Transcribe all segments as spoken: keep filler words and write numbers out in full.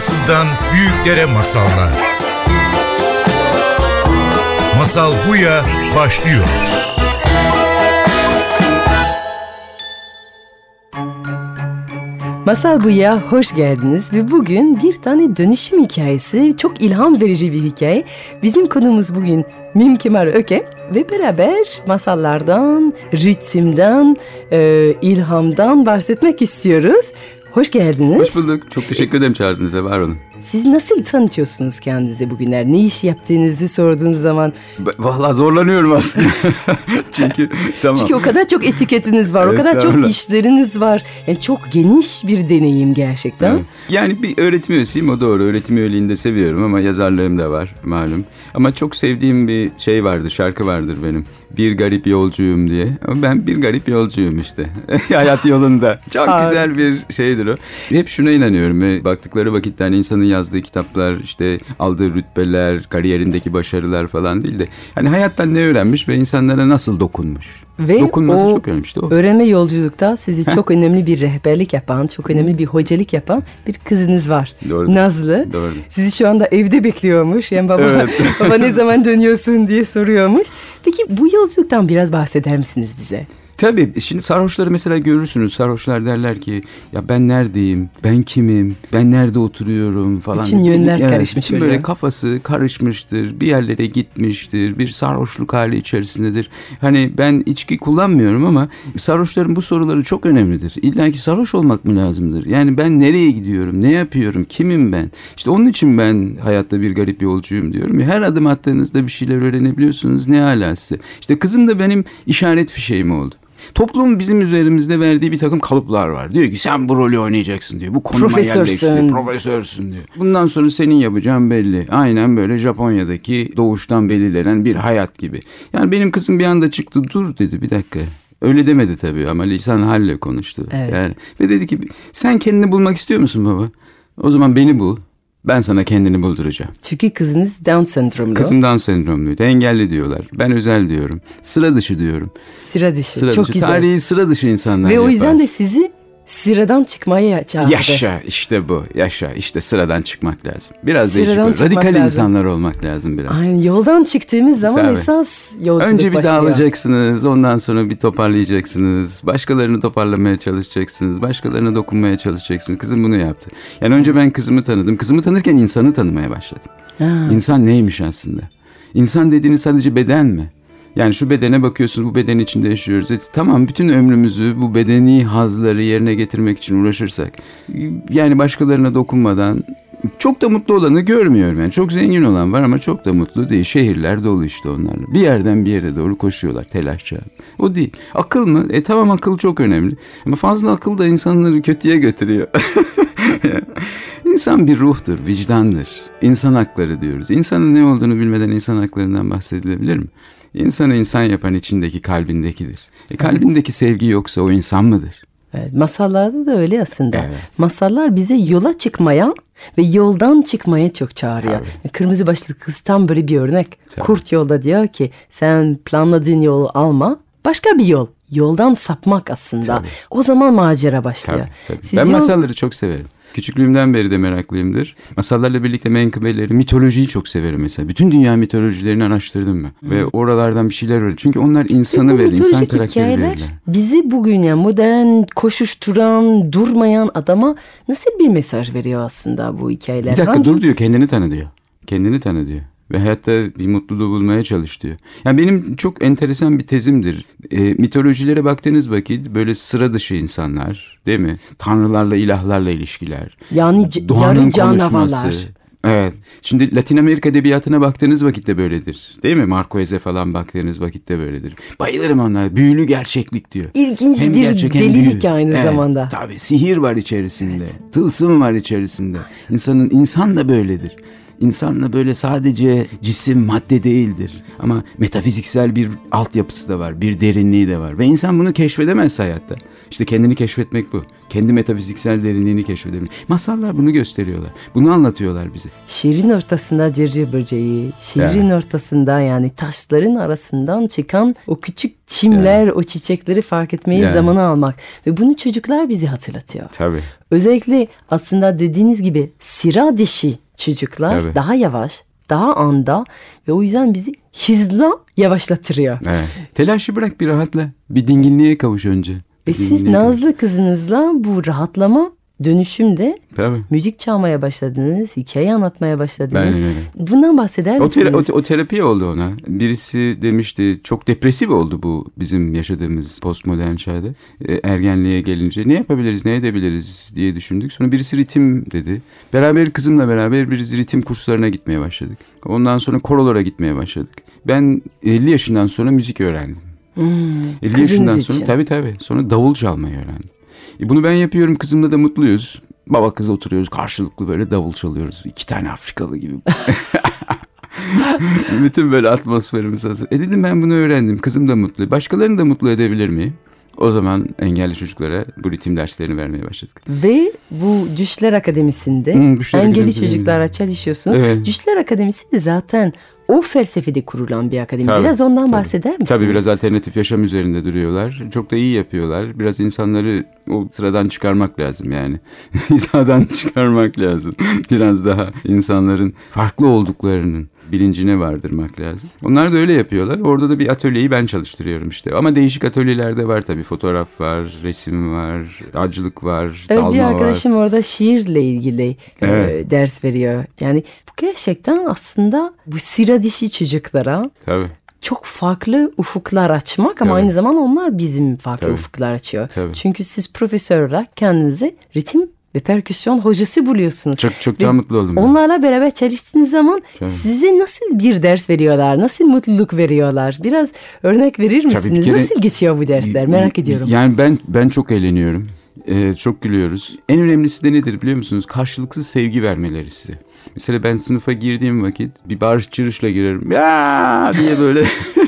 Fransız'dan büyüklere masallar. Masal Buya başlıyor. Masal Buya hoş geldiniz ve bugün bir tane dönüşüm hikayesi, çok ilham verici bir hikaye. Bizim konumuz bugün Mim Kemal Öke ve beraber masallardan, ritimden, e, ilhamdan bahsetmek istiyoruz. Hoş geldiniz. Hoş bulduk. Çok teşekkür ederim çağırdığınızda. Var olun. Siz nasıl tanıtıyorsunuz kendinizi bugünler? Ne iş yaptığınızı sorduğunuz zaman? Vallahi zorlanıyorum aslında. Çünkü tamam. Çünkü o kadar çok etiketiniz var, o kadar çok işleriniz var. Yani çok geniş bir deneyim gerçekten. Evet. Yani bir öğretim üyesiyim, o doğru. Öğretim üyeliğini de seviyorum ama yazarlığım da var malum. Ama çok sevdiğim bir şey vardır, şarkı vardır benim. Bir garip yolcuyum diye. Ama ben bir garip yolcuyum işte. Hayat yolunda. Çok Aa. güzel bir şeydir o. Hep şuna inanıyorum ve baktıkları vakit hani insanın yazdığı kitaplar, işte aldığı rütbeler, kariyerindeki başarılar falan değil de hani hayattan ne öğrenmiş ve insanlara nasıl dokunmuş. Ve dokunması çok önemli işte o. Öğrenme yolculukta sizi çok önemli bir rehberlik yapan, çok önemli bir hocalık yapan bir kızınız var. Doğru. Nazlı. Doğru. Sizi şu anda evde bekliyormuş. Yani baba, evet. baba ne zaman dönüyorsun diye soruyormuş. Peki bu yolculuktan biraz bahseder misiniz bize? Tabii. Şimdi sarhoşları mesela görürsünüz. Sarhoşlar derler ki ya ben neredeyim, ben kimim, ben nerede oturuyorum falan. Bütün yönler evet, karışmış. Bütün böyle kafası karışmıştır, bir yerlere gitmiştir, bir sarhoşluk hali içerisindedir. Hani ben içki kullanmıyorum ama sarhoşların bu soruları çok önemlidir. İlla ki sarhoş olmak mı lazımdır? Yani ben nereye gidiyorum, ne yapıyorum, kimim ben? İşte onun için ben hayatta bir garip yolcuyum diyorum. Her adım attığınızda bir şeyler öğrenebiliyorsunuz. Ne alası? İşte kızım da benim işaret fişeğim oldu. Toplum bizim üzerimizde verdiği bir takım kalıplar var. Diyor ki sen bu rolü oynayacaksın diyor. Bu konuma yerleştin, profesörsün diyor. Bundan sonra senin yapacağın belli. Aynen böyle Japonya'daki doğuştan belirlenen bir hayat gibi. Yani benim kızım bir anda çıktı, dur dedi, bir dakika. Öyle demedi tabii ama lisan halle konuştu. Evet. Yani ve dedi ki sen kendini bulmak istiyor musun baba? O zaman beni bul. Ben sana kendini bulduracağım. Çünkü kızınız Down sendromlu. Kızım Down sendromluydu. Engelli diyorlar. Ben özel diyorum. Sıra dışı diyorum. Sıra dışı. Sıra Çok dışı. güzel. Tarihi sıra dışı insanlar Ve yapar. o yüzden de sizi sıradan çıkmaya çağırdı. Yaşa işte bu. Yaşa işte sıradan çıkmak lazım. Biraz sıradan değişik. Radikal lazım. insanlar olmak lazım biraz. Aynen, yoldan çıktığımız zaman Tabii. esas yolculuk Önce bir başlıyor. dağılacaksınız. Ondan sonra bir toparlayacaksınız. Başkalarını toparlamaya çalışacaksınız. Başkalarına dokunmaya çalışacaksınız. Kızım bunu yaptı. Yani önce ben kızımı tanıdım. Kızımı tanırken insanı tanımaya başladım. Ha. İnsan neymiş aslında? İnsan dediğiniz sadece beden mi? Yani şu bedene bakıyorsun, bu beden içinde yaşıyoruz. E, tamam, bütün ömrümüzü bu bedeni hazları yerine getirmek için uğraşırsak, yani başkalarına dokunmadan çok da mutlu olanı görmüyorum. Yani çok zengin olan var ama çok da mutlu değil. Şehirler dolu işte onlarla. Bir yerden bir yere doğru koşuyorlar telaşla. O değil. Akıl mı? E tamam, akıl çok önemli. Ama fazla akıl da insanları kötüye götürüyor. İnsan bir ruhtur, vicdandır. İnsan hakları diyoruz. İnsanın ne olduğunu bilmeden insan haklarından bahsedilebilir mi? İnsanı insan yapan içindeki kalbindekidir. E kalbindeki sevgi yoksa o insan mıdır? Evet, masallarda da öyle aslında. Evet. Masallar bize yola çıkmaya ve yoldan çıkmaya çok çağırıyor. Tabii. Kırmızı başlı kız tam böyle bir örnek. Tabii. Kurt yolda diyor ki sen planladığın yolu alma, başka bir yol. Yoldan sapmak aslında. Tabii. O zaman macera başlıyor. Tabii, tabii. Siz Ben yol... masalları çok severim. Küçüklüğümden beri de meraklıyımdır. Masallarla birlikte menkıbeleri, mitolojiyi çok severim mesela. Bütün dünya mitolojilerini araştırdım ben. Hmm. Ve oralardan bir şeyler öğrendim. Çünkü onlar insanı verir, insan karakteri verirler. Bizi bugün yani modern, koşuşturan, durmayan adama nasıl bir mesaj veriyor aslında bu hikayeler? Bir dakika Hangi... dur diyor, kendini tanı diyor. Kendini tanı diyor. Ve hayatta bir mutluluğu bulmaya çalış diyor. Yani benim çok enteresan bir tezimdir. E, mitolojilere baktığınız vakit böyle sıra dışı insanlar, değil mi? Tanrılarla, ilahlarla ilişkiler. Yani yarı canavarlar. Evet. Şimdi Latin Amerika edebiyatına baktığınız vakitte böyledir. Değil mi? Marquez'e falan baktığınız vakitte böyledir. Bayılırım onlara. Büyülü gerçeklik diyor. İlginç hem bir gerçek, hem delilik büyülü. aynı evet, zamanda. Tabii. Sihir var içerisinde. Evet. Tılsım var içerisinde. İnsanın, insan da böyledir. İnsanla böyle sadece cisim, madde değildir. Ama metafiziksel bir altyapısı da var, bir derinliği de var. Ve insan bunu keşfedemez hayatta. İşte kendini keşfetmek bu. Kendi metafiziksel derinliğini keşfedebilmek. Masallar bunu gösteriyorlar. Bunu anlatıyorlar bize. Şiirin ortasında cırcır böceği, şiirin Evet. ortasında yani taşların arasından çıkan o küçük çimler, o çiçekleri fark etmeyi Yani. zamanı almak. Ve bunu çocuklar bizi hatırlatıyor. Tabii. Özellikle aslında dediğiniz gibi sıra dışı çocuklar Tabii. daha yavaş, daha anda ve o yüzden bizi hızla yavaşlatıyor. Evet. Telaşı bırak, bir rahatla. Bir dinginliğe kavuş önce. Ve Bir siz dinginliğe kavuş. Nazlı kızınızla bu rahatlama dönüşümde Tabii. müzik çalmaya başladınız, hikaye anlatmaya başladınız. Aynen öyle. Bundan bahseder O, misiniz? tera- o, o terapi oldu ona. Birisi demişti, çok depresif oldu bu bizim yaşadığımız postmodern çağda. E, ergenliğe gelince ne yapabiliriz, ne edebiliriz diye düşündük. Sonra birisi ritim dedi. Beraber kızımla beraber biz ritim kurslarına gitmeye başladık. Ondan sonra korolara gitmeye başladık. Ben elli yaşından sonra müzik öğrendim. Hmm, elli kızınız yaşından için. sonra tabii tabii. Sonra davul çalmayı öğrendim. E, bunu ben yapıyorum, kızımla da mutluyuz. Baba kız oturuyoruz karşılıklı böyle davul çalıyoruz. İki tane Afrikalı gibi. Bütün böyle atmosferimiz hazır. E dedim, ben bunu öğrendim. Kızım da mutlu. Başkalarını da mutlu edebilir miyim? O zaman engelli çocuklara bu ritim derslerini vermeye başladık. Ve bu Düşler Akademisi'nde Hı, Düşler engelli Akademisi'nde. çocuklarla çalışıyorsunuz. Evet. Düşler Akademisi de zaten o felsefede kurulan bir akademi. Tabii, Biraz ondan tabii. bahseder misiniz? Tabii biraz alternatif yaşam üzerinde duruyorlar. Çok da iyi yapıyorlar. Biraz insanları o sıradan çıkarmak lazım yani. Hizadan çıkarmak lazım. Biraz daha insanların farklı olduklarının bilincine vardırmak lazım. Onlar da öyle yapıyorlar. Orada da bir atölyeyi ben çalıştırıyorum işte. Ama değişik atölyelerde var tabii. Fotoğraf var, resim var, acılık var, Evet, dalma bir var. arkadaşım orada şiirle ilgili Evet. e, ders veriyor. Yani bu gerçekten aslında bu sıra dışı çocuklara Tabii. çok farklı ufuklar açmak ama Tabii. aynı zamanda onlar bizim farklı Tabii. ufuklar açıyor. Tabii. Çünkü siz profesör olarak kendinizi ritim ve perküsyon hocası buluyorsunuz. Çok çok Ve daha mutlu oldum. ben. Onlarla beraber çalıştığınız zaman Tabii. size nasıl bir ders veriyorlar? Nasıl mutluluk veriyorlar? Biraz örnek verir Tabii, misiniz? bir kere- Nasıl geçiyor bu dersler? Merak ediyorum. Yani ben ben çok eğleniyorum. Ee, çok gülüyoruz. En önemlisi de nedir biliyor musunuz? Karşılıksız sevgi vermeleri size. Mesela ben sınıfa girdiğim vakit bir bağırış çığırışla girerim. Ya diye böyle.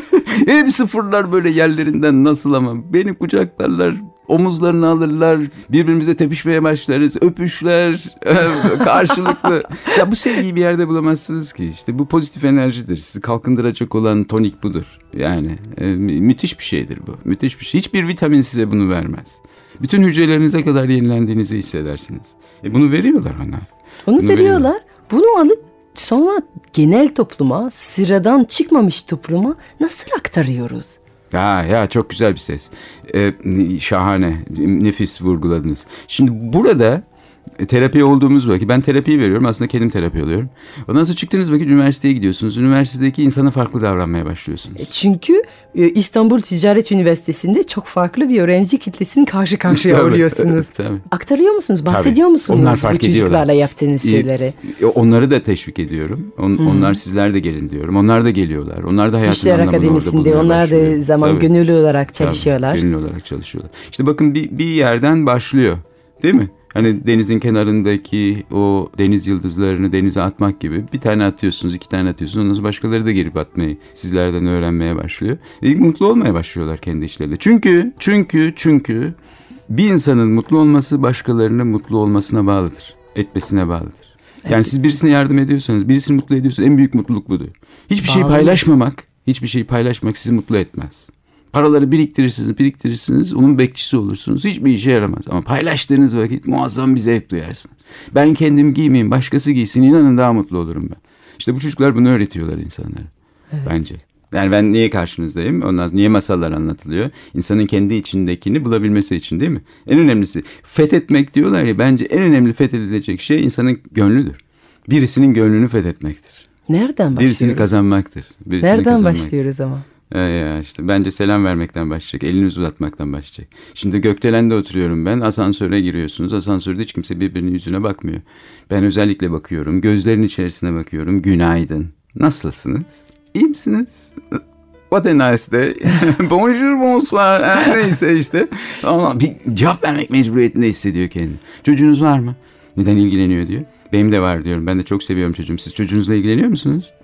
Hepsi fırlar böyle yerlerinden, nasıl ama. Beni kucaklarlar, omuzlarını alırlar, birbirimize tepişmeye başlarız, öpüşler, karşılıklı. Ya bu sevgiyi bir yerde bulamazsınız ki. İşte bu pozitif enerjidir. Sizi kalkındıracak olan tonik budur. Yani e, mü- müthiş bir şeydir bu. Müthiş bir şey. Hiçbir vitamin size bunu vermez. Bütün hücrelerinize kadar yenilendiğinizi hissedersiniz. E bunu veriyorlar onlar. Bunu Bunu veriyorlar. Bunu alıp sonra genel topluma, sıradan çıkmamış topluma nasıl aktarıyoruz? Ya, ya çok güzel bir ses. Ee, şahane, nefis vurguladınız. Şimdi burada e, terapi olduğumuz vakit, ben terapiyi veriyorum, aslında kendim terapi alıyorum. Ondan sonra çıktığınız vakit üniversiteye gidiyorsunuz. Üniversitedeki insana farklı davranmaya başlıyorsunuz. E, Çünkü e, İstanbul Ticaret Üniversitesi'nde çok farklı bir öğrenci kitlesinin karşı karşıya Tabii, oluyorsunuz. tabii. Aktarıyor musunuz? Bahsediyor Tabii. musunuz Onlar bu fark çocuklarla ediyorlar. yaptığınız Ee, şeyleri? e, Onları da teşvik ediyorum. On, Onlar sizler de gelin diyorum. Onlar da geliyorlar. Onlar da hayatın Düşler anlamını orada Akademisi'nde bulmaya onlar da başlıyor. zaman Tabii. gönüllü olarak Tabii, çalışıyorlar. gönüllü olarak çalışıyorlar. İşte bakın bir, bir yerden başlıyor. Değil mi? Hani denizin kenarındaki o deniz yıldızlarını denize atmak gibi bir tane atıyorsunuz, iki tane atıyorsunuz. Ondan sonra başkaları da gelip atmayı sizlerden öğrenmeye başlıyor. Ve mutlu olmaya başlıyorlar kendi işlerinde. Çünkü, çünkü, çünkü bir insanın mutlu olması başkalarının mutlu olmasına bağlıdır. Etmesine bağlıdır. Yani siz birisine yardım ediyorsanız, birisini mutlu ediyorsanız en büyük mutluluk budur. Hiçbir şeyi Bağlıyız. paylaşmamak, hiçbir şeyi paylaşmak sizi mutlu etmez. Paraları biriktirirsiniz, biriktirirsiniz, onun bekçisi olursunuz. Hiçbir işe yaramaz. Ama paylaştığınız vakit muazzam bir zevk duyarsınız. Ben kendim giymeyeyim, başkası giysin, inanın daha mutlu olurum ben. İşte bu çocuklar bunu öğretiyorlar insanlara. Bence. Yani ben niye karşınızdayım? Ondan niye masallar anlatılıyor? İnsanın kendi içindekini bulabilmesi için, değil mi? En önemlisi fethetmek diyorlar ya, bence en önemli fethedilecek şey insanın gönlüdür. Birisinin gönlünü fethetmektir. Nereden başlıyoruz? Birisini kazanmaktır. Birisini Nereden kazanmaktır. başlıyoruz ama? Ya, ya işte bence selam vermekten başlayacak. Elini uzatmaktan başlayacak. Şimdi Gökdelen'de oturuyorum ben. Asansöre giriyorsunuz. Asansörde hiç kimse birbirinin yüzüne bakmıyor. Ben özellikle bakıyorum. Gözlerin içerisine bakıyorum. Günaydın. Nasılsınız? İyi misiniz? What a nice day. Bonjour, bonsoir. Ha, neyse işte. Ama bir cevap vermek mecburiyetinde hissediyor kendini. Çocuğunuz var mı? Neden ilgileniyor diyor. Benim de var diyorum. Ben de çok seviyorum çocuğum. Siz çocuğunuzla ilgileniyor musunuz?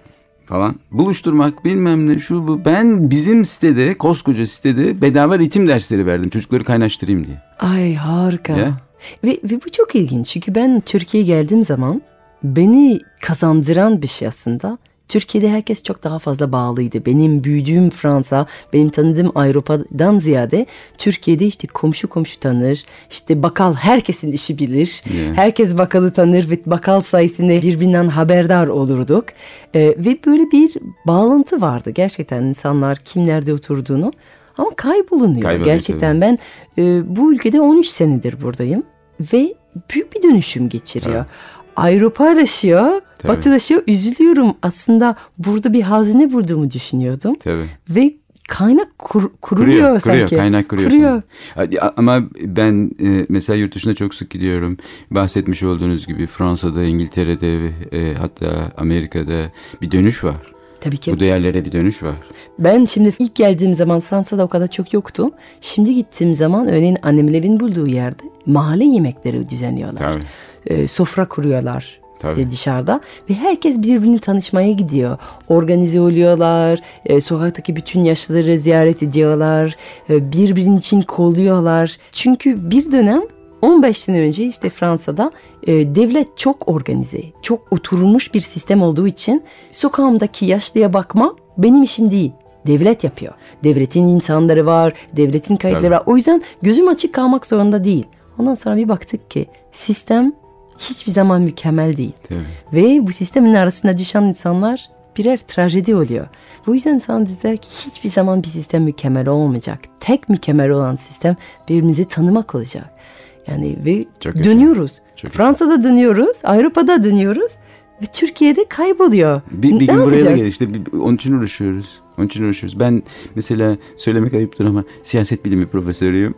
falan. Buluşturmak bilmem ne şu bu. Ben bizim sitede, koskoca sitede bedava ritim dersleri verdim. Çocukları kaynaştırayım diye. Ay harika. Ya. Ve, ve bu çok ilginç. Çünkü ben Türkiye'ye geldiğim zaman beni kazandıran bir şey aslında. Türkiye'de herkes çok daha fazla bağlıydı. Benim büyüdüğüm Fransa, benim tanıdığım Avrupa'dan ziyade Türkiye'de işte komşu komşu tanır. İşte bakkal herkesin işi bilir. Yeah. Herkes bakkalı tanır ve bakkal sayesinde birbirinden haberdar olurduk. Ee, ve böyle bir bağlantı vardı. Gerçekten insanlar kim nerede oturduğunu ama kaybolunuyor. Kayboluyor Gerçekten tabii. ben e, bu ülkede on üç senedir buradayım ve büyük bir dönüşüm geçiriyor. Evet. Avrupa'laşıyor, Tabii. batılaşıyor. Üzülüyorum. Aslında burada bir hazine bulduğumu düşünüyordum. Tabii. Ve kaynak kur, kuruluyor Kuruyor, sanki. kuruyor, kaynak kuruyor. Kuruyor. Hadi, ama ben e, mesela yurt dışına çok sık gidiyorum. Bahsetmiş olduğunuz gibi Fransa'da, İngiltere'de, e, hatta Amerika'da bir dönüş var. Tabii ki. Bu değerlere bir dönüş var. Ben şimdi ilk geldiğim zaman Fransa'da o kadar çok yoktu. Şimdi gittiğim zaman örneğin annemlerin bulduğu yerde mahalle yemekleri düzenliyorlar. Tabii. E, sofra kuruyorlar. Tabii. E, dışarıda ve herkes birbirini tanışmaya gidiyor. Organize oluyorlar. E, sokaktaki bütün yaşlıları ziyaret ediyorlar. E, birbirinin için kolluyorlar. Çünkü bir dönem on beş sene önce işte Fransa'da e, devlet çok organize, çok oturmuş bir sistem olduğu için sokağımdaki yaşlıya bakma benim işim değil. Devlet yapıyor. Devletin insanları var, devletin kayıtları Tabii. var. O yüzden gözüm açık kalmak zorunda değil. Ondan sonra bir baktık ki sistem hiçbir zaman mükemmel değil. Tabii. Ve bu sistemin arasında düşen insanlar birer trajedi oluyor. Bu yüzden sana dediler ki hiçbir zaman bir sistem mükemmel olmayacak. Tek mükemmel olan sistem birbirimizi tanımak olacak. Yani ve Çok dönüyoruz. Çok Fransa'da dönüyoruz, Avrupa'da dönüyoruz ve Türkiye'de kayboluyor. Bir, bir Ne gün buraya da yapacağız? gel işte bir- onun için uğraşıyoruz. Onun için uğraşıyoruz. Ben mesela söylemek ayıptır ama siyaset bilimi profesörüyüm.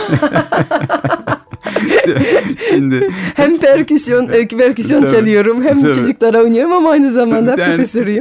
Şimdi Hem perküsyon, e, perküsyon Tabii, çalıyorum hem tabii. çocuklara oynuyorum ama aynı zamanda Yani- profesörüyüm.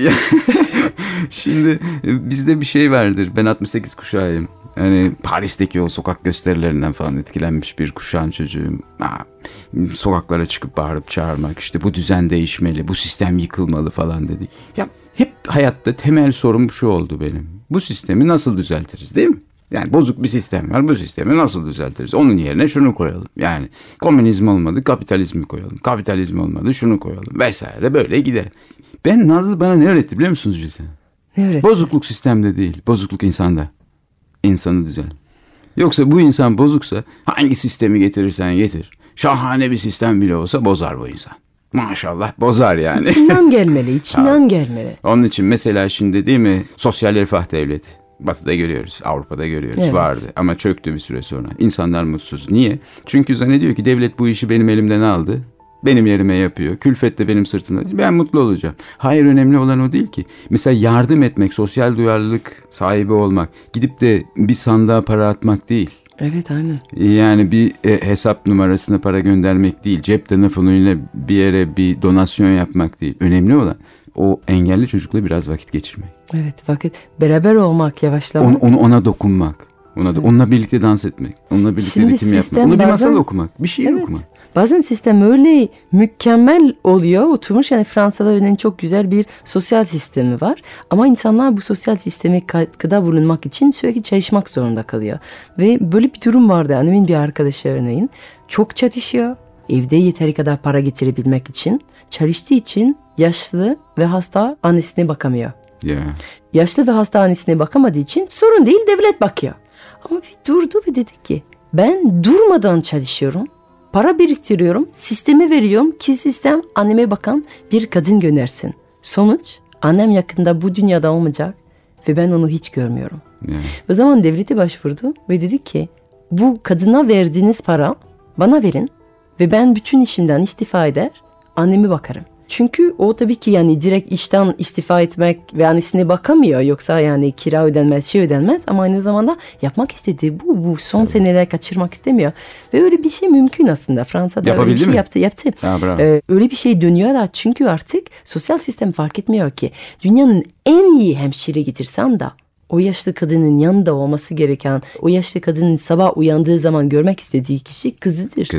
Şimdi e, bizde bir şey vardır. Ben altmış sekiz kuşağıyım. Hani Paris'teki o sokak gösterilerinden falan etkilenmiş bir kuşağın çocuğuyum. Ha, sokaklara çıkıp bağırıp çağırmak, işte bu düzen değişmeli, bu sistem yıkılmalı falan dedik. Ya hep hayatta temel sorum şu oldu benim. Bu sistemi nasıl düzeltiriz, değil mi? Yani bozuk bir sistem var. Bu sistemi nasıl düzeltiriz? Onun yerine şunu koyalım. Yani komünizm olmadı, kapitalizmi koyalım. Kapitalizm olmadı, şunu koyalım vesaire, böyle gider. Ben Nazlı bana ne öğretti biliyor musunuz Gülten? Ne öğretti? Bozukluk sistemde değil, bozukluk insanda. İnsanı düzel. Yoksa bu insan bozuksa hangi sistemi getirirsen getir. Şahane bir sistem bile olsa bozar bu insan. Maşallah bozar yani. İçinden gelmeli, içinden gelmeli. Onun için mesela şimdi değil mi sosyal refah devleti. Batı'da görüyoruz, Avrupa'da görüyoruz, Evet. vardı ama çöktü bir süre sonra. İnsanlar mutsuz. Niye? Çünkü zannediyor ki devlet bu işi benim elimden aldı. Benim yerime yapıyor. Külfet de benim sırtımda. Ben mutlu olacağım. Hayır, önemli olan o değil ki. Mesela yardım etmek, sosyal duyarlılık sahibi olmak, gidip de bir sandığa para atmak değil. Evet, aynen. Yani bir e, hesap numarasına para göndermek değil. Cep telefonuyla bir yere bir donasyon yapmak değil. Önemli olan o engelli çocukla biraz vakit geçirmek. Evet, vakit beraber olmak, yavaşlamak. Onu, onu ona dokunmak. Ona da, onunla birlikte dans etmek. Onunla birlikte Şimdi ritim sistem yapmak. Ona bir bazen- masal okumak. Bir şiir Evet. okumak. Bazen sistem öyle mükemmel oluyor, oturmuş. Yani Fransa'da örneğin çok güzel bir sosyal sistemi var. Ama insanlar bu sosyal sisteme katkıda bulunmak için sürekli çalışmak zorunda kalıyor. Ve böyle bir durum vardı. Annemin bir arkadaşı örneğin. Çok çalışıyor. Evde yeteri kadar para getirebilmek için. Çalıştığı için yaşlı ve hasta annesine bakamıyor. Ya. Yaşlı ve hasta annesine bakamadığı için sorun değil, devlet bakıyor. Ama bir durdu ve dedi ki ben durmadan çalışıyorum. Para biriktiriyorum, sistemi veriyorum ki sistem anneme bakan bir kadın göndersin. Sonuç, annem yakında bu dünyada olmayacak ve ben onu hiç görmüyorum. Ya. O zaman devlete başvurdu ve dedi ki bu kadına verdiğiniz para bana verin ve ben bütün işimden istifa eder, anneme bakarım. Çünkü o tabii ki yani direkt işten istifa etmek ve annesine bakamıyor. Yoksa yani kira ödenmez, şey ödenmez. Ama aynı zamanda yapmak istediği bu. Bu son Tabii. seneler kaçırmak istemiyor. Ve öyle bir şey mümkün aslında. Fransa'da öyle Yapabildi bir şey mi? yaptı. yaptı. Ha, bravo. Ee, öyle bir şey dönüyor da çünkü artık sosyal sistem fark etmiyor ki. Dünyanın en iyi hemşire getirsen de o yaşlı kadının yanında olması gereken, o yaşlı kadının sabah uyandığı zaman görmek istediği kişi kızıdır. Kızı.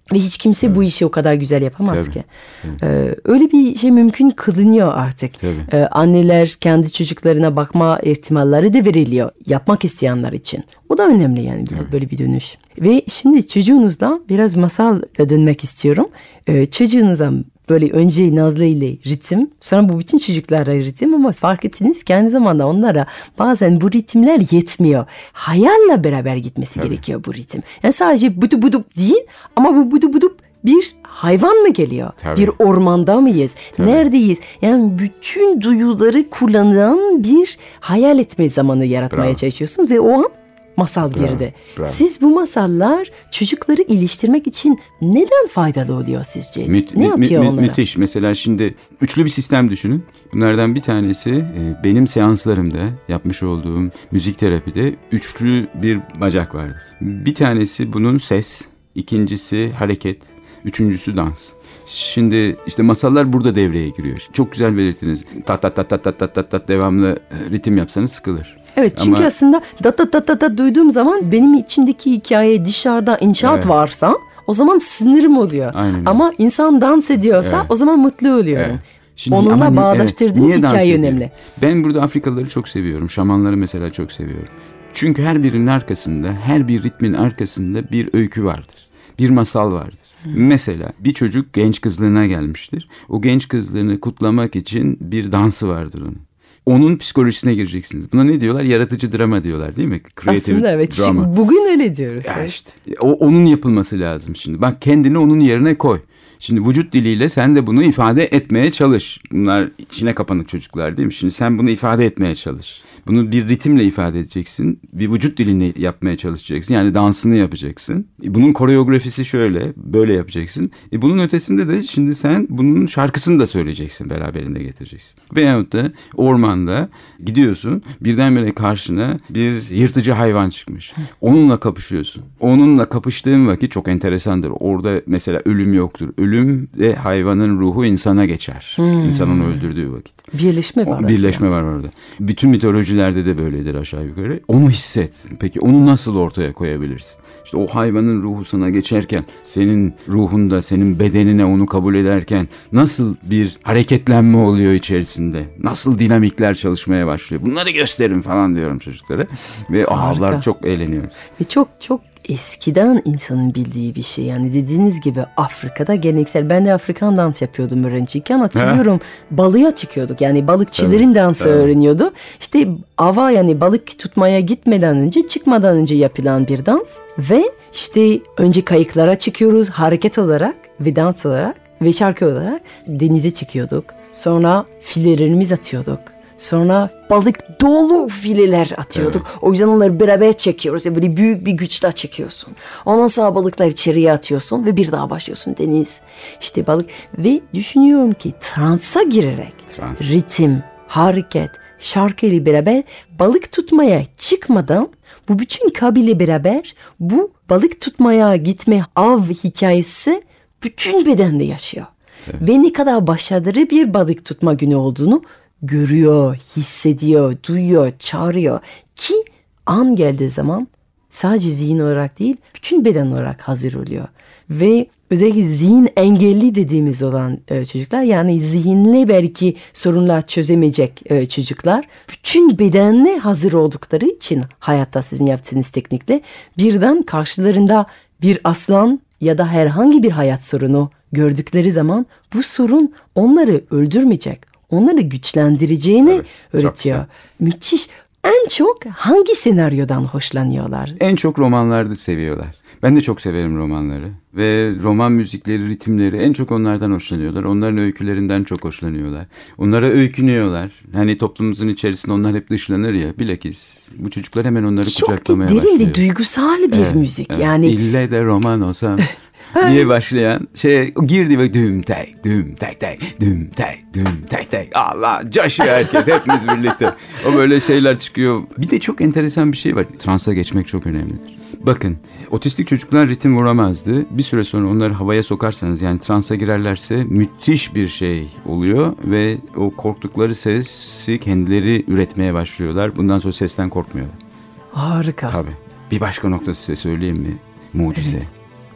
Ve hiç kimse bu işi o kadar güzel yapamaz Tabii, ki. tabii. Ee, öyle bir şey mümkün kılınıyor artık. Ee, anneler kendi çocuklarına bakma ihtimalleri de veriliyor. Yapmak isteyenler için. O da önemli yani Tabii. böyle bir dönüş. Ve şimdi çocuğunuzda biraz masal dönmek istiyorum. Ee, çocuğunuza böyle önce Nazlı ile ritim, sonra bu bütün çocuklara ritim, ama fark ettiniz ki aynı zamanda onlara bazen bu ritimler yetmiyor. Hayalle beraber gitmesi Tabii. gerekiyor bu ritim. Yani sadece budu budu değil, ama bu budu budu bir hayvan mı geliyor? Tabii. Bir ormanda mıyız? Tabii. Neredeyiz? Yani bütün duyuları kullanan bir hayal etme zamanı yaratmaya Bravo. çalışıyorsun ve o an masal Bravo, geride. bravo. Siz bu masallar çocukları iliştirmek için neden faydalı oluyor sizce? Mü- ne mü- yapıyor mü- onlara? Müthiş. Mesela şimdi üçlü bir sistem düşünün. Bunlardan bir tanesi e, benim seanslarımda yapmış olduğum müzik terapide üçlü bir bacak vardır. Bir tanesi bunun ses, ikincisi hareket, üçüncüsü dans. Şimdi işte masallar burada devreye giriyor. Çok güzel belirttiniz. Tat tat tat tat tat tat tat tat devamlı e, ritim yapsanız sıkılır. Evet, çünkü Ama- aslında dat dat dat dat dat duyduğum zaman benim içimdeki hikaye dışarıda inşaat Evet. varsa o zaman sinirim oluyor. Aynen öyle. Ama insan dans ediyorsa Evet. o zaman mutlu oluyorum. Evet. Şimdi Onunla ama ni- bağdaştırdığınız evet, niye dans hikaye ediyor? önemli. Ben burada Afrikalıları çok seviyorum. Şamanları mesela çok seviyorum. Çünkü her birinin arkasında, her bir ritmin arkasında bir öykü vardır. Bir masal vardır. Mesela bir çocuk genç kızlığına gelmiştir. O genç kızlığını kutlamak için bir dansı vardır onun. Onun psikolojisine gireceksiniz. Buna ne diyorlar? Yaratıcı drama diyorlar, değil mi? Creative Aslında evet. drama. Şimdi bugün öyle diyoruz. Ya Evet. işte, o, onun yapılması lazım şimdi. Bak, kendini onun yerine koy. Şimdi vücut diliyle sen de bunu ifade etmeye çalış. Bunlar içine kapanık çocuklar, değil mi? Şimdi sen bunu ifade etmeye çalış. Bunu bir ritimle ifade edeceksin. Bir vücut dilini yapmaya çalışacaksın. Yani dansını yapacaksın. E, bunun koreografisi şöyle, böyle yapacaksın. E, bunun ötesinde de şimdi sen bunun şarkısını da söyleyeceksin, beraberinde getireceksin. Veyahut da ormanda gidiyorsun, birdenbire karşına bir yırtıcı hayvan çıkmış. Onunla kapışıyorsun. Onunla kapıştığın vakit çok enteresandır. Orada mesela ölüm yoktur. Ölüm de hayvanın ruhu insana geçer. Hmm. İnsanın öldürdüğü vakit. Birleşme var aslında. Birleşme var orada. Bütün mitolojilerde de böyledir aşağı yukarı. Onu hisset. Peki onu nasıl ortaya koyabilirsin? İşte o hayvanın ruhu sana geçerken, senin ruhunda, senin bedenine onu kabul ederken nasıl bir hareketlenme oluyor içerisinde? Nasıl dinamikler çalışmaya başlıyor? Bunları gösterin falan diyorum çocuklara. Ve ağlar Harika. çok eğleniyoruz. Ve çok çok eskiden insanın bildiği bir şey. Yani dediğiniz gibi Afrika'da geleneksel. Ben de Afrikan dans yapıyordum öğrenciyken. Hatırlıyorum, balığa çıkıyorduk. Yani balıkçıların Tabii, dansı tabii. öğreniyordu. İşte ava, yani balık tutmaya gitmeden önce, çıkmadan önce yapılan bir dans. Ve işte önce kayıklara çıkıyoruz hareket olarak ve dans olarak ve şarkı olarak denize çıkıyorduk. Sonra filelerimizi atıyorduk. Sonra balık dolu fileler atıyorduk. Evet. O yüzden onları beraber çekiyoruz. Yani böyle büyük bir güçle çekiyorsun. Ondan sonra balıkları içeriye atıyorsun ve bir daha başlıyorsun deniz. İşte balık ve düşünüyorum ki transa girerek Trans. ritim, hareket, şarkı ile beraber balık tutmaya çıkmadan bu bütün kabile beraber bu balık tutmaya gitme av hikayesi bütün bedende yaşıyor. Evet. Ve ne kadar başarılı bir balık tutma günü olduğunu görüyor, hissediyor, duyuyor, çağırıyor ki an geldiği zaman sadece zihin olarak değil, bütün beden olarak hazır oluyor. Ve özellikle zihin engelli dediğimiz olan e, çocuklar, yani zihinle belki sorunlar çözemeyecek e, çocuklar, bütün bedenle hazır oldukları için hayatta sizin yaptığınız teknikle birden karşılarında bir aslan ya da herhangi bir hayat sorunu gördükleri zaman bu sorun onları öldürmeyecek, onları güçlendireceğini Evet, çok öğretiyor. güzel. Müthiş. En çok hangi senaryodan hoşlanıyorlar? En çok romanlarda seviyorlar. Ben de çok severim romanları. Ve roman müzikleri, ritimleri en çok onlardan hoşlanıyorlar. Onların öykülerinden çok hoşlanıyorlar. Onlara öykünüyorlar. Hani toplumumuzun içerisinde onlar hep dışlanır ya. Bilakis bu çocuklar hemen onları Çok kucaklamaya derin başlıyor. ve duygusal bir Evet, müzik. evet. Yani İlle de roman olsam diye başlayan şey girdi ve düm tek düm tek tek düm tek düm tek tek, Allah coşuyor herkes, hepimiz birlikte. O böyle şeyler çıkıyor. Bir de çok enteresan bir şey var. Transa geçmek çok önemlidir. Bakın, otistik çocuklar ritim vuramazdı. Bir süre sonra onları havaya sokarsanız, yani transa girerlerse müthiş bir şey oluyor ve o korktukları sesi kendileri üretmeye başlıyorlar. Bundan sonra sesten korkmuyorlar. harika. Tabii. Bir başka noktası size söyleyeyim mi? Mucize. Evet.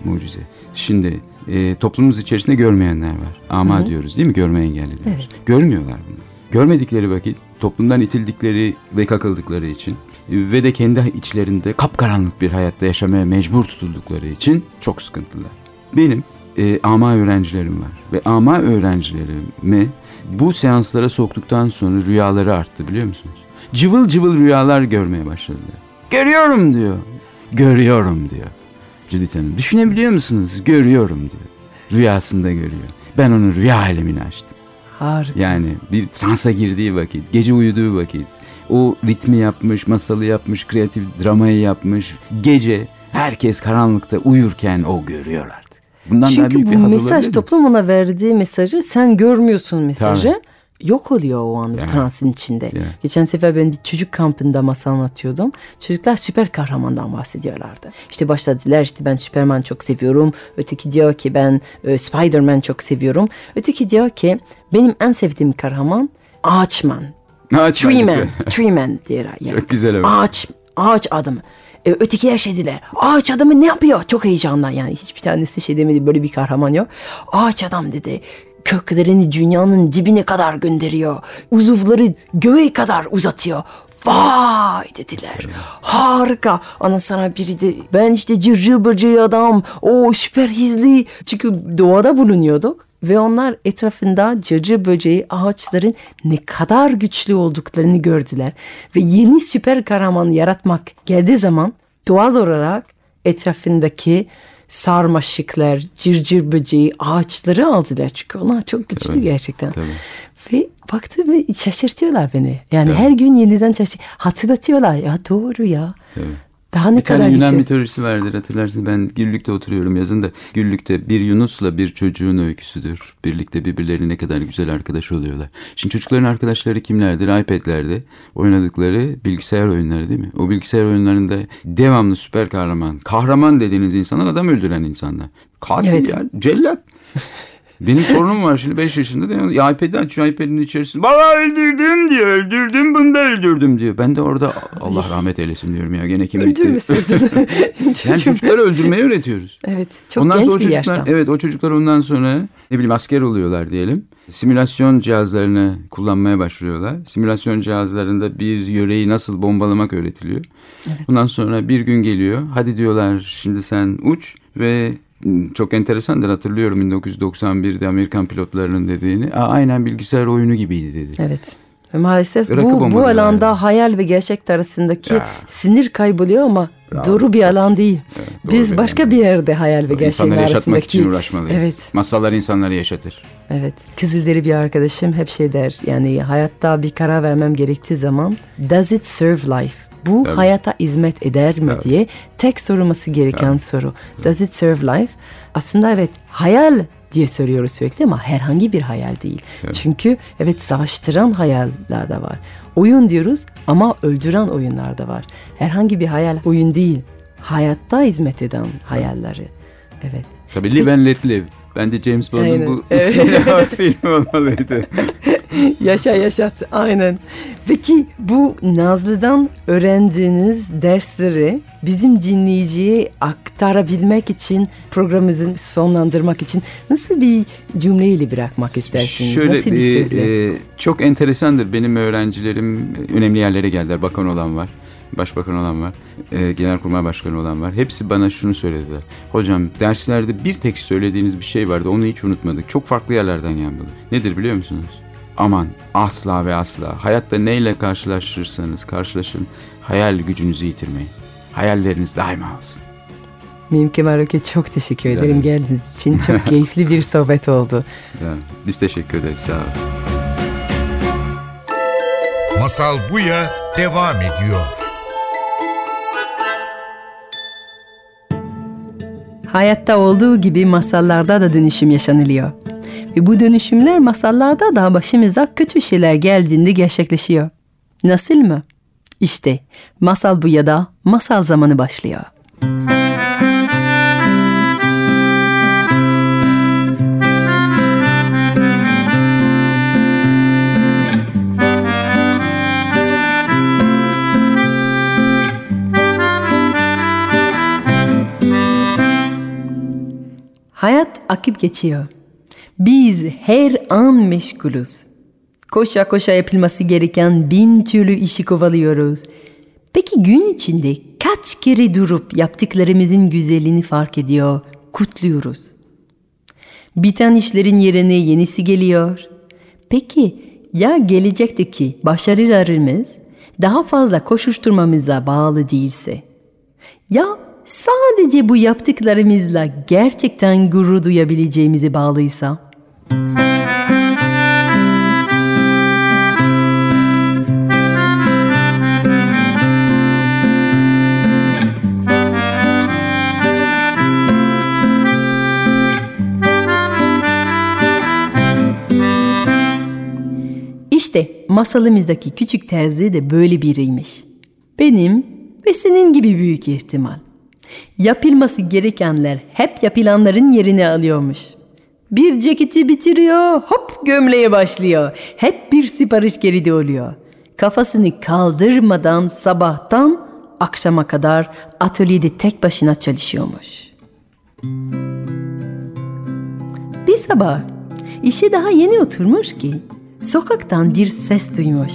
Mucize. Şimdi e, toplumumuz içerisinde görmeyenler var. Ama Hı-hı. diyoruz değil mi? Görme engelliler. Evet. Görmüyorlar bunu. Görmedikleri vakit toplumdan itildikleri ve kakıldıkları için ve de kendi içlerinde kapkaranlık bir hayatta yaşamaya mecbur tutuldukları için çok sıkıntılar. Benim e, ama öğrencilerim var ve ama öğrencilerimi bu seanslara soktuktan sonra rüyaları arttı, biliyor musunuz? Cıvıl cıvıl rüyalar görmeye başladılar. Görüyorum diyor. Görüyorum diyor. Judith Hanım, düşünebiliyor musunuz? Görüyorum diyor. Rüyasında görüyor. Ben onun rüya alemini açtım. Harika. Yani bir transa girdiği vakit, gece uyuduğu vakit, o ritmi yapmış, masalı yapmış, kreatif dramayı yapmış. Gece herkes karanlıkta uyurken o görüyor artık. Bundan Çünkü daha büyük bir bu haz mesaj, olabilir mi? toplumuna verdiği mesajı sen görmüyorsun mesajı. Tabii. Yok oluyor o an Yani. transın içinde. Yani. Geçen sefer ben bir çocuk kampında masal anlatıyordum. Çocuklar süper kahramandan bahsediyorlardı. İşte başladılar, işte ben Superman çok seviyorum. Öteki diyor ki ben e, Spiderman çok seviyorum. Öteki diyor ki benim en sevdiğim kahraman Ağaçman. Ağaç Tree mühendisi. Man. Tree Man diyorlar. Yani. Çok güzel evet. Ağaç, ağaç adamı. E, ötekiler şey dediler. Ağaç adamı ne yapıyor? Çok heyecanlı. Yani hiçbir tanesi şey demedi. Böyle bir kahraman yok. Ağaç adam dedi. Köklerini dünyanın dibine kadar gönderiyor. Uzuvları göğe kadar uzatıyor. Vay dediler. Harika. Ana sana biri de ben işte cırcır böceği adam. O süper hızlı. Çünkü doğada bulunuyorduk. Ve onlar etrafında cırcır böceği ağaçların ne kadar güçlü olduklarını gördüler. Ve yeni süper kahraman yaratmak geldiği zaman doğal olarak etrafındaki sarmaşıklar, cırcır böceği ağaçları aldılar. Çünkü onlar çok güçlü Tabii, gerçekten. tabii. Ve baktım ve şaşırtıyorlar beni. Yani Evet. her gün yeniden şaşır hatırlatıyorlar. Ya doğru ya. Evet. Daha ne Bir kadar tane Yunan güçlü. mitolojisi vardır, hatırlarsın. Ben Güllük'te oturuyorum yazın da. Güllük'te bir Yunus'la bir çocuğun öyküsüdür. Birlikte birbirleri ne kadar güzel arkadaş oluyorlar. Şimdi çocukların arkadaşları kimlerdir? iPad'lerde oynadıkları bilgisayar oyunları değil mi? O bilgisayar oyunlarında devamlı süper kahraman. Kahraman dediğiniz insanlar adam öldüren insanlar. Katil Evet. ya, cellat. Benim torunum var şimdi beş yaşında da ya iPad'i açıyor, iPad'in içerisinde valla öldürdüm diyor, öldürdüm bunu da öldürdüm diyor. Ben de orada Allah rahmet eylesin diyorum ya, gene kim bitti. Öldürmeseydin. Yani çocukları öldürmeyi öğretiyoruz. Evet, çok Ondan genç sonra bir çocuklar, yaştan. evet o çocuklar ondan sonra ne bileyim asker oluyorlar diyelim. Simülasyon cihazlarını kullanmaya başlıyorlar. Simülasyon cihazlarında bir yöreyi nasıl bombalamak öğretiliyor. Evet. Bundan sonra bir gün geliyor. Hadi diyorlar şimdi sen uç ve çok enteresandır, hatırlıyorum bin dokuz yüz doksan birde Amerikan pilotlarının dediğini. Aa, aynen bilgisayar oyunu gibiydi dedi. Evet. Ve maalesef Rakı bu, bu bombalıyorlar alanda yani. hayal ve gerçek arasındaki Ya. sinir kayboluyor ama Bravo. doğru bir alan değil. Evet, doğru Biz bir başka alan. bir yerde hayal ve gerçeğin İnsanları yaşatmak arasındaki. için uğraşmalıyız. Evet. Masallar insanları yaşatır. Evet. Kızılderili bir arkadaşım hep şey der. Yani hayatta bir karar vermem gerektiği zaman does it serve life? Bu Tabii. hayata hizmet eder mi Tabii. diye tek sorulması gereken Tabii. soru. Does it serve life? Aslında evet hayal diye söylüyoruz sürekli ama herhangi bir hayal değil. Tabii. Çünkü evet savaştıran hayaller de var. Oyun diyoruz ama öldüren oyunlar da var. Herhangi bir hayal oyun değil. Hayatta hizmet eden hayalleri. Evet. Tabii Live and Let Live. Bence James Bond'un Aynen. bu Evet. sinema filmi olmalıydı. Yaşa yaşat aynen. Peki bu Nazlı'dan öğrendiğiniz dersleri bizim dinleyiciye aktarabilmek için programımızı sonlandırmak için nasıl bir cümleyle bırakmak istersiniz? Şöyle, nasıl bir e, sözle? e, çok enteresandır. Benim öğrencilerim önemli yerlere geldiler. Bakan olan var. Başbakan olan var. E, Genelkurmay Başkanı olan var. Hepsi bana şunu söylediler. Hocam derslerde bir tek söylediğiniz bir şey vardı. Onu hiç unutmadık. Çok farklı yerlerden geldi. Nedir biliyor musunuz? Aman asla ve asla hayatta neyle karşılaşırsanız karşılaşın hayal gücünüzü yitirmeyin. Hayalleriniz daima olsun. Mim Kemal Öke çok teşekkür Rica ederim ederim. geldiğiniz için. Çok keyifli bir sohbet oldu. Ya, biz teşekkür ederiz. Sağ olun. Masal Buya devam ediyor. Hayatta olduğu gibi masallarda da dönüşüm yaşanılıyor. Ve bu dönüşümler masallarda da başımıza kötü şeyler geldiğinde gerçekleşiyor. Nasıl mı? İşte Masal Buya'da masal zamanı başlıyor. Hayat akıp geçiyor. Biz her an meşgulüz. Koşa koşa yapılması gereken bin türlü işi kovalıyoruz. Peki gün içinde kaç kere durup yaptıklarımızın güzelliğini fark ediyor, kutluyoruz? Biten işlerin yerine yenisi geliyor. Peki ya gelecekteki başarılarımız daha fazla koşuşturmamıza bağlı değilse? Ya sadece bu yaptıklarımızla gerçekten gurur duyabileceğimize bağlıysa? İşte masalımızdaki küçük terzi de böyle biriymiş. Benim ve senin gibi büyük ihtimal. Yapılması gerekenler hep yapılanların yerini alıyormuş. Bir ceketi bitiriyor, hop gömleğe başlıyor. Hep bir sipariş geride oluyor. Kafasını kaldırmadan sabahtan akşama kadar atölyede tek başına çalışıyormuş. Bir sabah işe daha yeni oturmuş ki sokaktan bir ses duymuş.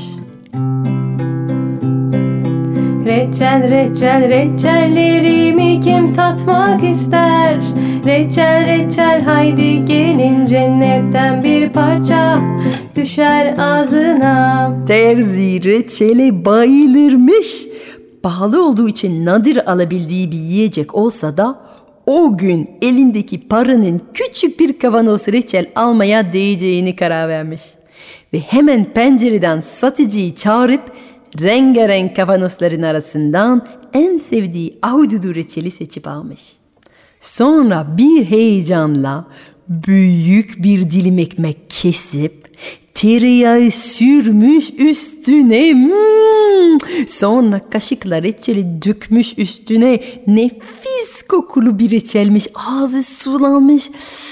Reçel reçel reçellerimi kim tatmak ister? Reçel reçel haydi gelin cennetten bir parça düşer ağzına. Terzi reçele bayılırmış. Pahalı olduğu için nadir alabildiği bir yiyecek olsa da o gün elindeki paranın küçük bir kavanoz reçel almaya değeceğini karar vermiş. Ve hemen pencereden satıcıyı çağırıp rengarenk kavanozların arasından en sevdiği ahududu reçeli seçip almış. Sonra bir heyecanla büyük bir dilim ekmek kesip tereyağı sürmüş üstüne. Hmm. Sonra kaşıkla reçeli dökmüş üstüne. Nefis kokulu bir reçelmiş. Ağzı sulanmış.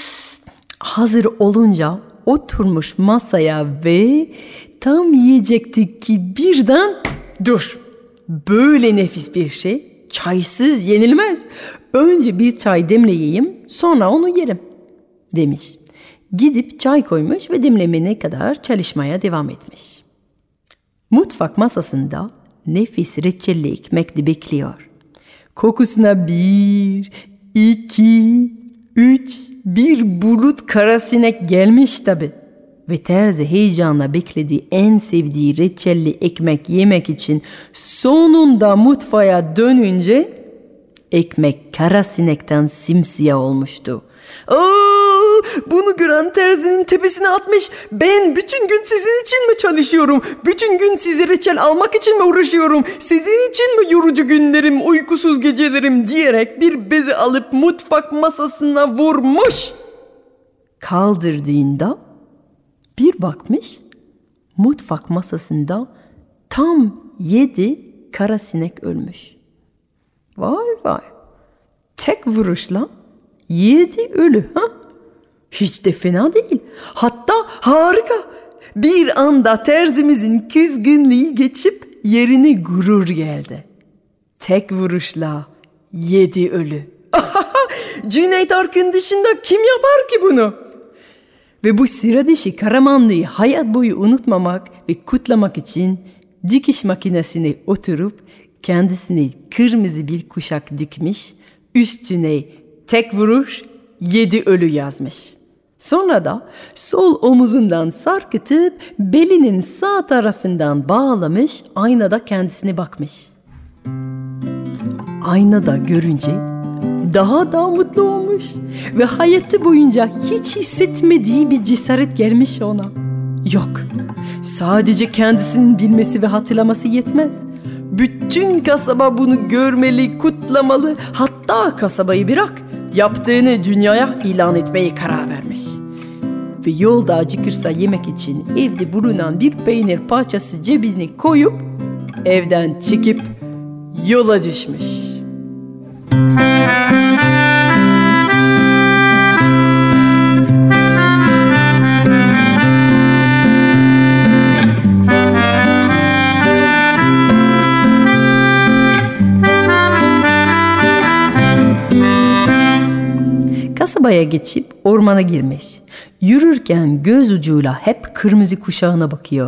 Hazır olunca oturmuş masaya ve tam yiyecekti ki birden dur. Böyle nefis bir şey çaysız yenilmez. Önce bir çay demleyeyim, sonra onu yerim demiş. Gidip çay koymuş ve demlemene kadar çalışmaya devam etmiş. Mutfak masasında nefis reçelli ekmek de bekliyor. Kokusuna bir, iki, üç, bir bulut karasinek gelmiş tabi. Ve terzi heyecanla beklediği en sevdiği reçelli ekmek yemek için sonunda mutfağa dönünce ekmek karasinekten simsiyah olmuştu. Aa, bunu gören terzinin tepesine atmış. Ben bütün gün sizin için mi çalışıyorum? Bütün gün size reçel almak için mi uğraşıyorum? Sizin için mi yorucu günlerim, uykusuz gecelerim diyerek bir bezi alıp mutfak masasına vurmuş. Kaldırdığında bir bakmış, mutfak masasında tam yedi karasinek ölmüş. Vay vay, tek vuruşla yedi ölü ha? Hiç de fena değil. Hatta harika. Bir anda terzimizin kızgınlığı geçip yerine gurur geldi. Tek vuruşla yedi ölü. Cüneyt Arkın dışında kim yapar ki bunu? Ve bu sıra dışı kahramanlığı hayat boyu unutmamak ve kutlamak için dikiş makinesine oturup kendisine kırmızı bir kuşak dikmiş, üstüne tek vuruş yedi ölü yazmış. Sonra da sol omuzundan sarkıtıp belinin sağ tarafından bağlamış, aynada kendisine bakmış. Aynada görünce daha da mutlu olmuş ve hayatı boyunca hiç hissetmediği bir cesaret gelmiş ona. Yok, sadece kendisinin bilmesi ve hatırlaması yetmez. Bütün kasaba bunu görmeli, kutlamalı, hatta kasabayı bırak, yaptığını dünyaya ilan etmeye karar vermiş. Ve yolda acıkırsa yemek için evde bulunan bir peynir parçası cebine koyup evden çıkıp yola düşmüş. kasabaya geçip ormana girmiş. Yürürken göz ucuyla hep kırmızı kuşağına bakıyor.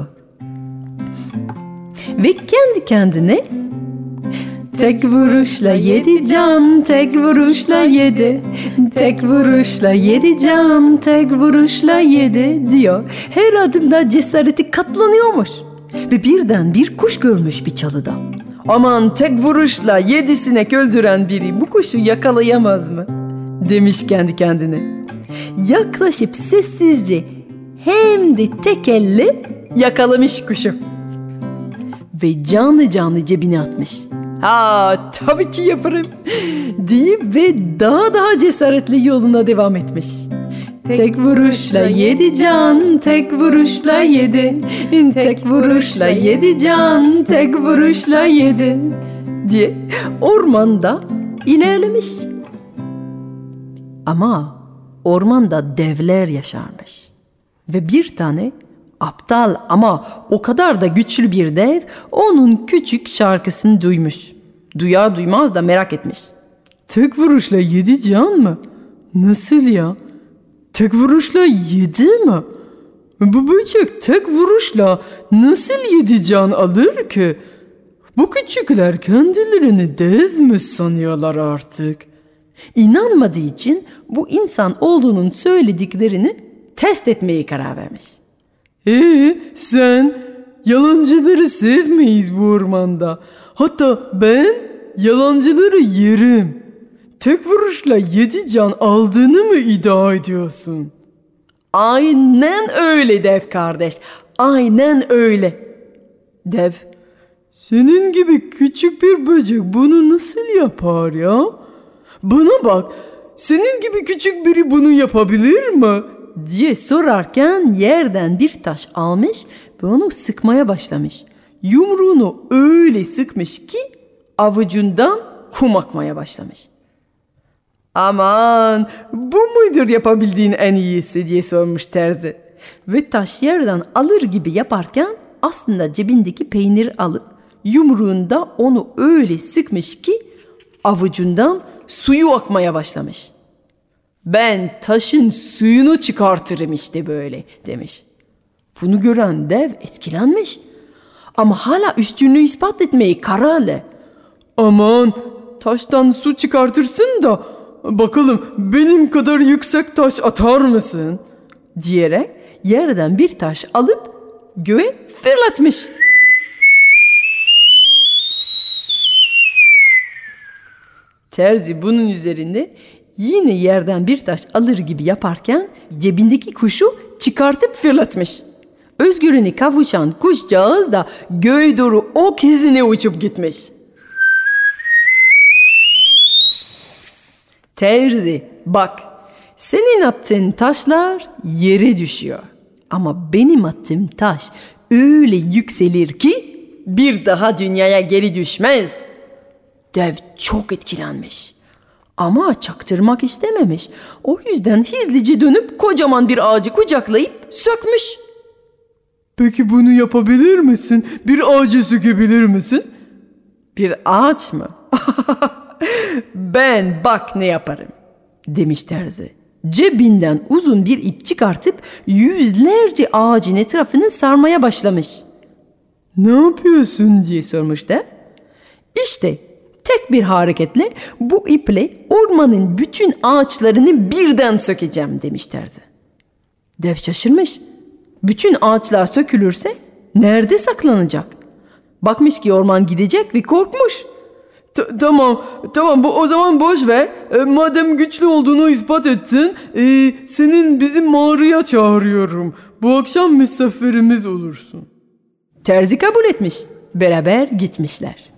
Ve kendi kendine tek vuruşla yedi can, tek vuruşla yedi. Tek vuruşla yedi can, tek vuruşla yedi diyor. Her adımda cesareti katlanıyormuş. Ve birden bir kuş görmüş bir çalıda. Aman tek vuruşla yedi sinek öldüren biri bu kuşu yakalayamaz mı? Demiş kendi kendine. Yaklaşıp sessizce hem de tek elle yakalamış kuşu. Ve canlı canlı cebine atmış. Ha tabii ki yaparım deyip ve daha daha cesaretli yoluna devam etmiş. Tek vuruşla yedi can, tek vuruşla yedi. Tek vuruşla yedi can, tek vuruşla yedi diye ormanda ilerlemiş. Ama ormanda devler yaşarmış. Ve bir tane aptal ama o kadar da güçlü bir dev onun küçük şarkısını duymuş. Duyar duymaz da merak etmiş. Tek vuruşla yedi can mı? Nasıl ya? Tek vuruşla yedi mi? Bu böcek tek vuruşla nasıl yedi can alır ki? Bu küçükler kendilerini dev mi sanıyorlar artık? İnanmadığı için bu insan olduğunun söylediklerini test etmeye karar vermiş. Ee, sen yalancıları sevmeyiz bu ormanda. Hatta ben yalancıları yerim. Tek vuruşla yedi can aldığını mı iddia ediyorsun? Aynen öyle dev kardeş. Aynen öyle. Dev, senin gibi küçük bir böcek bunu nasıl yapar ya? Bana bak, senin gibi küçük biri bunu yapabilir mi? Diye sorarken yerden bir taş almış ve onu sıkmaya başlamış. Yumruğunu öyle sıkmış ki avucundan kum akmaya başlamış. Aman bu mudur yapabildiğin en iyisi diye sormuş terzi. Ve taş yerden alır gibi yaparken aslında cebindeki peynir alıp yumruğunda onu öyle sıkmış ki avucundan suyu akmaya başlamış. Ben taşın suyunu çıkartırım işte böyle demiş. Bunu gören dev etkilenmiş. Ama hala üstünlüğü ispat etmeyi kararlı. Aman taştan su çıkartırsın da bakalım benim kadar yüksek taş atar mısın? Diyerek yerden bir taş alıp göğe fırlatmış. Terzi bunun üzerinde yine yerden bir taş alır gibi yaparken cebindeki kuşu çıkartıp fırlatmış. Özgürlüğüne kavuşan kuşcağız da göğe doğru ok izine uçup gitmiş. Terzi bak, senin attığın taşlar yere düşüyor. Ama benim attığım taş öyle yükselir ki bir daha dünyaya geri düşmez. Dev çok etkilenmiş. Ama çaktırmak istememiş. O yüzden hızlıca dönüp kocaman bir ağacı kucaklayıp sökmüş. Peki bunu yapabilir misin? Bir ağacı sökebilir misin? Bir ağaç mı? Ben bak ne yaparım demiş terzi. Cebinden uzun bir ip çıkartıp yüzlerce ağacın etrafını sarmaya başlamış. Ne yapıyorsun diye sormuş dev. İşte tek bir hareketle bu iple ormanın bütün ağaçlarını birden sökeceğim demiş terzi. Dev şaşırmış. Bütün ağaçlar sökülürse nerede saklanacak? Bakmış ki orman gidecek ve korkmuş. T- tamam, tamam bu o zaman boş ver. E, madem güçlü olduğunu ispat ettin, e, senin bizim mağaraya çağırıyorum. Bu akşam misafirimiz olursun. Terzi kabul etmiş. Beraber gitmişler.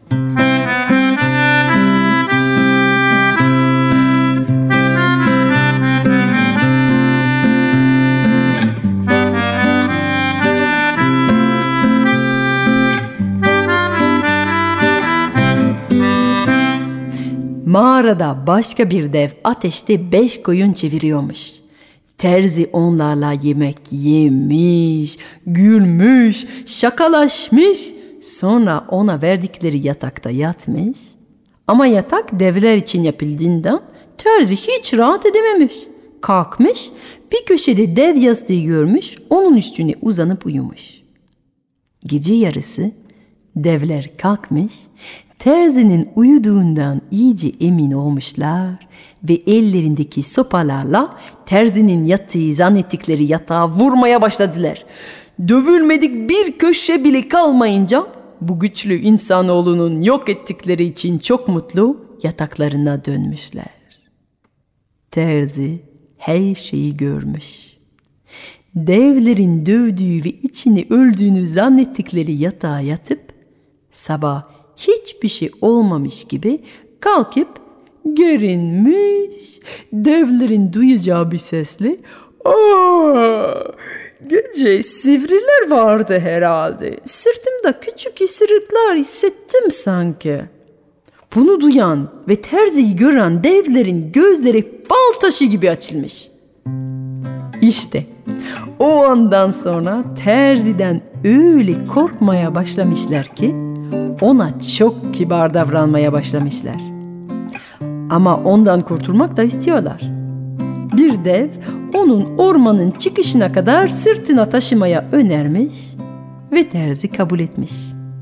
Mağarada başka bir dev ateşte beş koyun çeviriyormuş. Terzi onlarla yemek yemiş, gülmüş, şakalaşmış. Sonra ona verdikleri yatakta yatmış. Ama yatak devler için yapıldığından Terzi hiç rahat edememiş. Kalkmış, bir köşede dev yastığı görmüş, onun üstüne uzanıp uyumuş. Gece yarısı devler kalkmış, Terzi'nin uyuduğundan iyice emin olmuşlar ve ellerindeki sopalarla Terzi'nin yattığı zannettikleri yatağa vurmaya başladılar. Dövülmedik bir köşe bile kalmayınca bu güçlü insanoğlunun yok ettikleri için çok mutlu yataklarına dönmüşler. Terzi her şeyi görmüş. Devlerin dövdüğü ve içini öldüğünü zannettikleri yatağa yatıp sabah hiçbir şey olmamış gibi kalkıp gerinmiş, devlerin duyacağı bir sesle "Aa, gece sivriler vardı herhalde. Sırtımda küçük ısırıklar hissettim sanki." Bunu duyan ve Terzi'yi gören devlerin gözleri fal taşı gibi açılmış. İşte o andan sonra Terzi'den öyle korkmaya başlamışlar ki ona çok kibar davranmaya başlamışlar. Ama ondan kurtulmak da istiyorlar. Bir dev onun ormanın çıkışına kadar sırtına taşımaya önermiş ve Terzi kabul etmiş.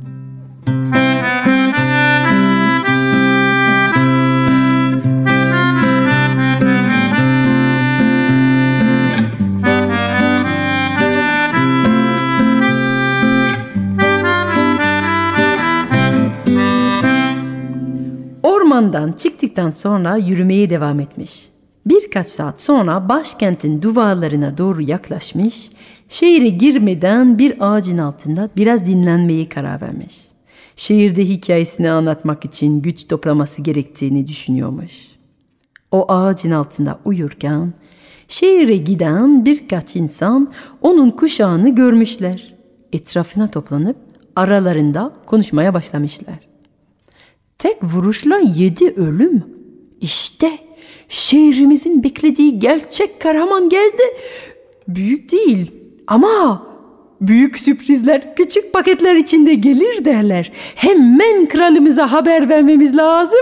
Ormandan çıktıktan sonra yürümeye devam etmiş. Birkaç saat sonra başkentin duvarlarına doğru yaklaşmış, şehre girmeden bir ağacın altında biraz dinlenmeye karar vermiş. Şehirde hikayesini anlatmak için güç toplaması gerektiğini düşünüyormuş. O ağacın altında uyurken şehre giden birkaç insan onun kuşağını görmüşler. Etrafına toplanıp aralarında konuşmaya başlamışlar. Tek vuruşla yedi ölüm. İşte şehrimizin beklediği gerçek kahraman geldi. Büyük değil ama büyük sürprizler küçük paketler içinde gelir derler. Hemen kralımıza haber vermemiz lazım.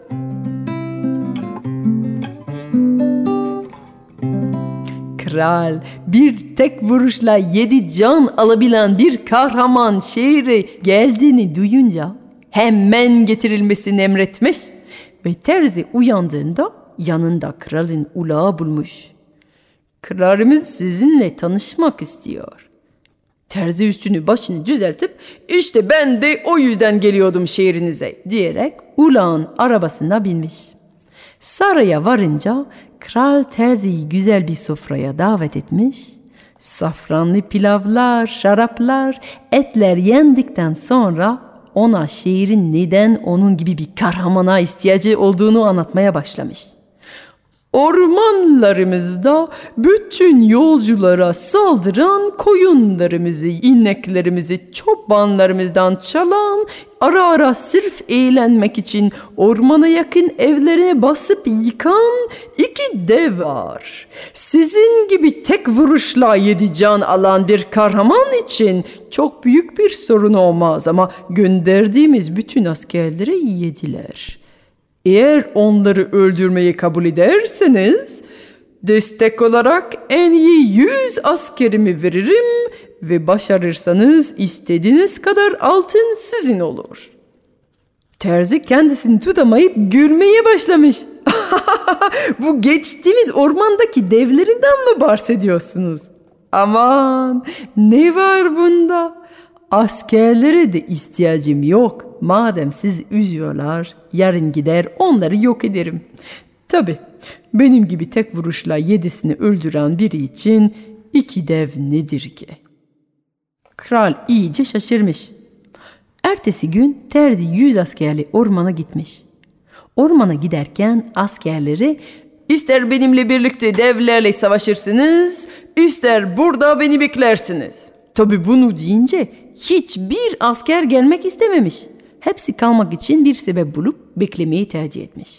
Kral bir tek vuruşla yedi can alabilen bir kahraman şehre geldiğini duyunca hemen getirilmesini emretmiş ve Terzi uyandığında yanında kralın ulağı bulmuş. "Kralımız sizinle tanışmak istiyor." Terzi üstünü başını düzeltip "İşte ben de o yüzden geliyordum şehrinize" diyerek ulağın arabasına binmiş. Saraya varınca kral Terzi'yi güzel bir sofraya davet etmiş. Safranlı pilavlar, şaraplar, etler yendikten sonra ona şehrin neden onun gibi bir kahramana ihtiyacı olduğunu anlatmaya başlamış. "Ormanlarımızda bütün yolculara saldıran, koyunlarımızı, ineklerimizi çobanlarımızdan çalan, ara ara sırf eğlenmek için ormana yakın evlerine basıp yıkan iki dev var. Sizin gibi tek vuruşla yedi can alan bir kahraman için çok büyük bir sorun olmaz ama gönderdiğimiz bütün askerleri yediler. Eğer onları öldürmeyi kabul ederseniz destek olarak en iyi yüz askerimi veririm ve başarırsanız istediğiniz kadar altın sizin olur." Terzi kendisini tutamayıp gülmeye başlamış. "Bu geçtiğimiz ormandaki devlerinden mi bahsediyorsunuz? Aman, ne var bunda? Askerlere de ihtiyacım yok. Madem sizi üzüyorlar, yarın gider onları yok ederim. Tabii benim gibi tek vuruşla yedisini öldüren biri için iki dev nedir ki?" Kral iyice şaşırmış. Ertesi gün Terzi yüz askerli ormana gitmiş. Ormana giderken askerleri "İster benimle birlikte devlerle savaşırsınız, ister burada beni beklersiniz." Tabii bunu deyince hiçbir asker gelmek istememiş. Hepsi kalmak için bir sebep bulup beklemeyi tercih etmiş.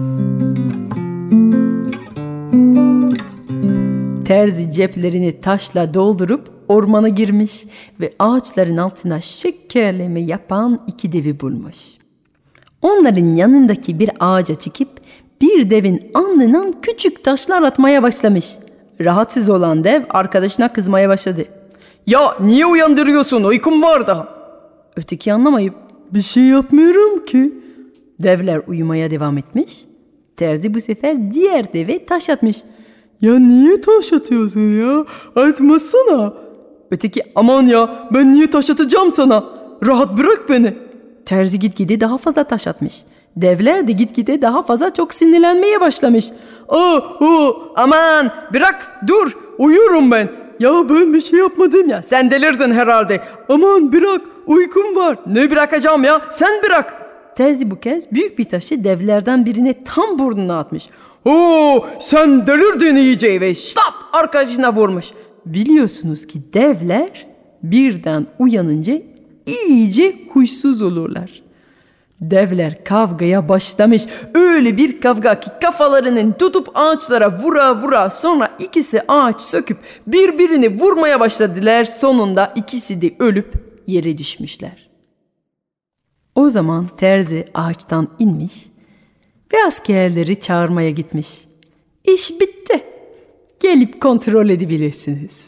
Terzi ceplerini taşla doldurup ormana girmiş ve ağaçların altına şekerleme yapan iki devi bulmuş. Onların yanındaki bir ağaca çıkıp bir devin alnından küçük taşlar atmaya başlamış. Rahatsız olan dev arkadaşına kızmaya başladı. Ya niye uyandırıyorsun? Uykum var daha. Öteki anlamayıp bir şey yapmıyorum ki. Devler uyumaya devam etmiş. Terzi bu sefer diğer deve taş atmış. Ya niye taş atıyorsun ya? Atmasana. Öteki aman ya ben niye taş atacağım sana? Rahat bırak beni. Terzi gitgide daha fazla taş atmış. Devler de gitgide daha fazla çok sinirlenmeye başlamış. Oh, oh, aman bırak dur uyuyorum ben. Ya ben bir şey yapmadım ya. Sen delirdin herhalde. Aman bırak uykum var. Ne bırakacağım ya sen bırak. Terzi bu kez büyük bir taşı devlerden birine tam burnuna atmış. Oo, sen delirdin iyice ve şlap arkadaşına vurmuş. Biliyorsunuz ki devler birden uyanınca iyice huysuz olurlar. Devler kavgaya başlamış. Öyle bir kavga ki kafalarının tutup ağaçlara vura vura sonra ikisi ağaç söküp birbirini vurmaya başladılar. Sonunda ikisi de ölüp yere düşmüşler. O zaman terzi ağaçtan inmiş ve askerleri çağırmaya gitmiş. İş bitti. Gelip kontrol edebilirsiniz.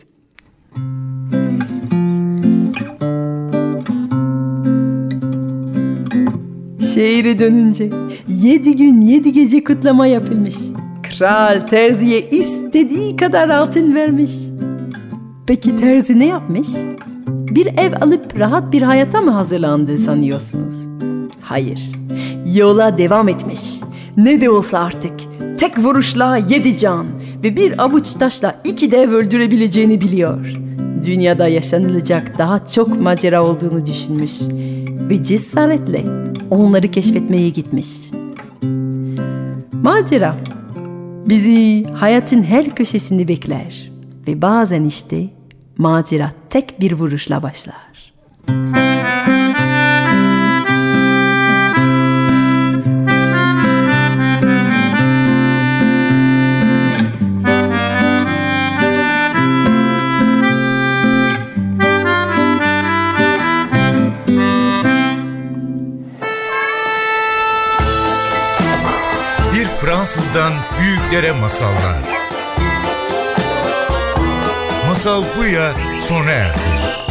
Şehre dönünce yedi gün yedi gece kutlama yapılmış. Kral terziye istediği kadar altın vermiş. Peki terzi ne yapmış? Bir ev alıp rahat bir hayata mı hazırlandı sanıyorsunuz? Hayır, yola devam etmiş. Ne de olsa artık tek vuruşla yedi can ve bir avuç taşla iki dev öldürebileceğini biliyor. Dünyada yaşanılacak daha çok macera olduğunu düşünmüş ve cesaretle onları keşfetmeye gitmiş. Macera bizi hayatın her köşesinde bekler ve bazen işte macera tek bir vuruşla başlar. Fransız'dan büyüklere masallar. Masal Buya sona erdi.